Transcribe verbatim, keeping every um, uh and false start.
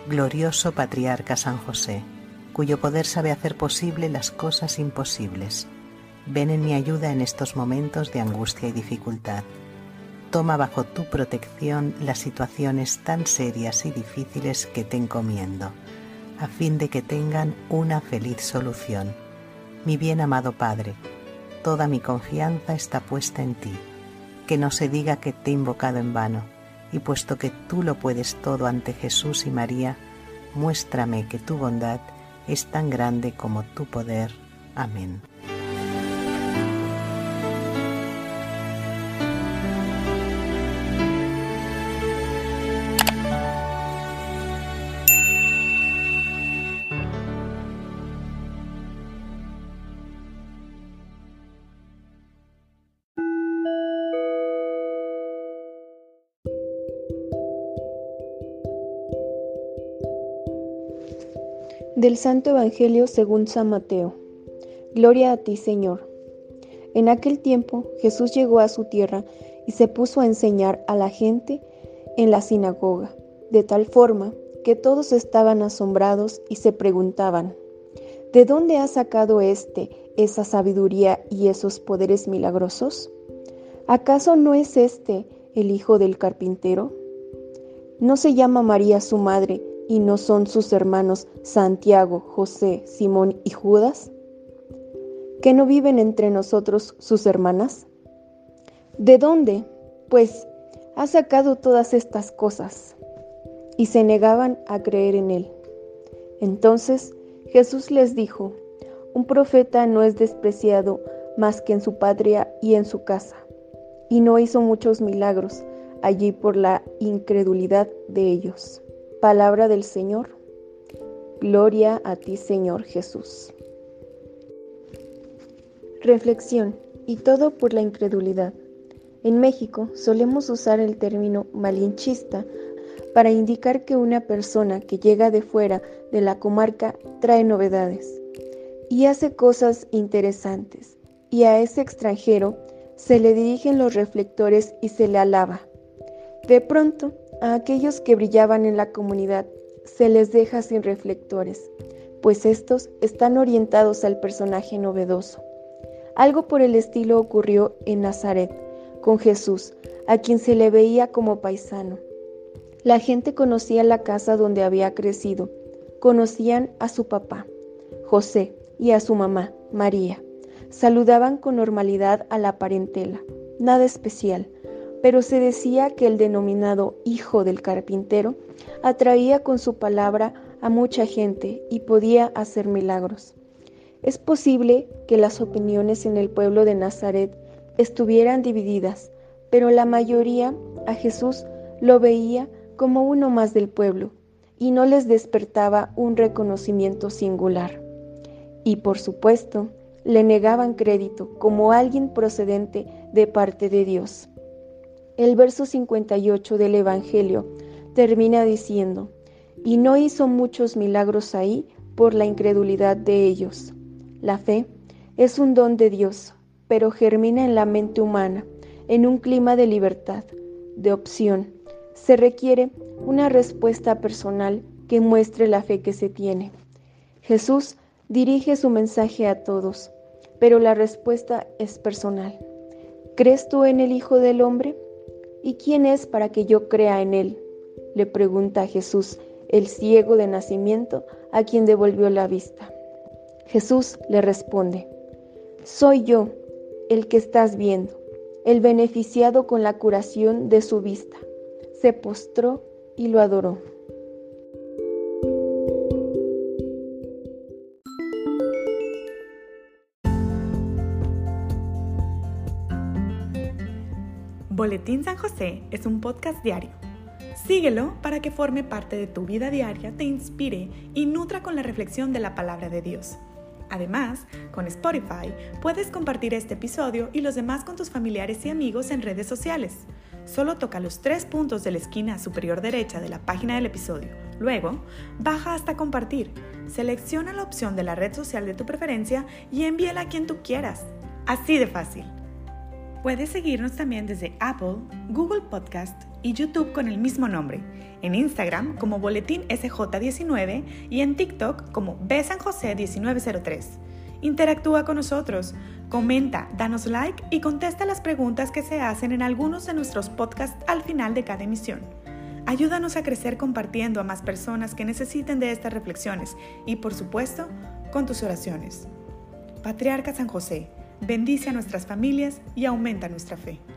Glorioso Patriarca San José, cuyo poder sabe hacer posible las cosas imposibles, ven en mi ayuda en estos momentos de angustia y dificultad. Toma bajo tu protección las situaciones tan serias y difíciles que te encomiendo, a fin de que tengan una feliz solución. Mi bien amado Padre, toda mi confianza está puesta en ti. Que no se diga que te he invocado en vano, y puesto que tú lo puedes todo ante Jesús y María, muéstrame que tu bondad es tan grande como tu poder. Amén. Del Santo Evangelio según San Mateo. Gloria a ti, Señor. En aquel tiempo Jesús llegó a su tierra y se puso a enseñar a la gente en la sinagoga, de tal forma que todos estaban asombrados y se preguntaban: ¿de dónde ha sacado éste esa sabiduría y esos poderes milagrosos? ¿Acaso no es este el hijo del carpintero? ¿No se llama María su madre y no son sus hermanos Santiago, José, Simón y Judas? ¿Que no viven entre nosotros sus hermanas? ¿De dónde, pues, ha sacado todas estas cosas? Y se negaban a creer en él. Entonces Jesús les dijo: un profeta no es despreciado más que en su patria y en su casa. Y no hizo muchos milagros allí por la incredulidad de ellos. Palabra del Señor. Gloria a ti, Señor Jesús. Reflexión. Y todo por la incredulidad. En México solemos usar el término malinchista para indicar que una persona que llega de fuera de la comarca trae novedades y hace cosas interesantes, y a ese extranjero se le dirigen los reflectores y se le alaba. De pronto, a aquellos que brillaban en la comunidad se les deja sin reflectores, pues estos están orientados al personaje novedoso. Algo por el estilo ocurrió en Nazaret, con Jesús, a quien se le veía como paisano. La gente conocía la casa donde había crecido, conocían a su papá, José, y a su mamá, María. Saludaban con normalidad a la parentela, nada especial, pero se decía que el denominado hijo del carpintero atraía con su palabra a mucha gente y podía hacer milagros. Es posible que las opiniones en el pueblo de Nazaret estuvieran divididas, pero la mayoría a Jesús lo veía como uno más del pueblo y no les despertaba un reconocimiento singular. Y por supuesto, le negaban crédito como alguien procedente de parte de Dios. El verso cincuenta y ocho del Evangelio termina diciendo: y no hizo muchos milagros ahí por la incredulidad de ellos. La fe es un don de Dios, pero germina en la mente humana, en un clima de libertad, de opción. Se requiere una respuesta personal que muestre la fe que se tiene. Jesús dirige su mensaje a todos, pero la respuesta es personal. ¿Crees tú en el Hijo del Hombre? ¿Y quién es para que yo crea en él?, le pregunta a Jesús, el ciego de nacimiento, a quien devolvió la vista. Jesús le responde: soy yo, el que estás viendo, el beneficiado con la curación de su vista. Se postró y lo adoró. Boletín San José es un podcast diario. Síguelo para que forme parte de tu vida diaria, te inspire y nutra con la reflexión de la palabra de Dios. Además, con Spotify puedes compartir este episodio y los demás con tus familiares y amigos en redes sociales. Solo toca los tres puntos de la esquina superior derecha de la página del episodio. Luego, baja hasta compartir. Selecciona la opción de la red social de tu preferencia y envíala a quien tú quieras. Así de fácil. Puedes seguirnos también desde Apple, Google Podcast y YouTube con el mismo nombre, en Instagram como Boletín S J diecinueve y en TikTok como B San José diecinueve cero tres. Interactúa con nosotros, comenta, danos like y contesta las preguntas que se hacen en algunos de nuestros podcasts al final de cada emisión. Ayúdanos a crecer compartiendo a más personas que necesiten de estas reflexiones y, por supuesto, con tus oraciones. Patriarca San José, bendice a nuestras familias y aumenta nuestra fe.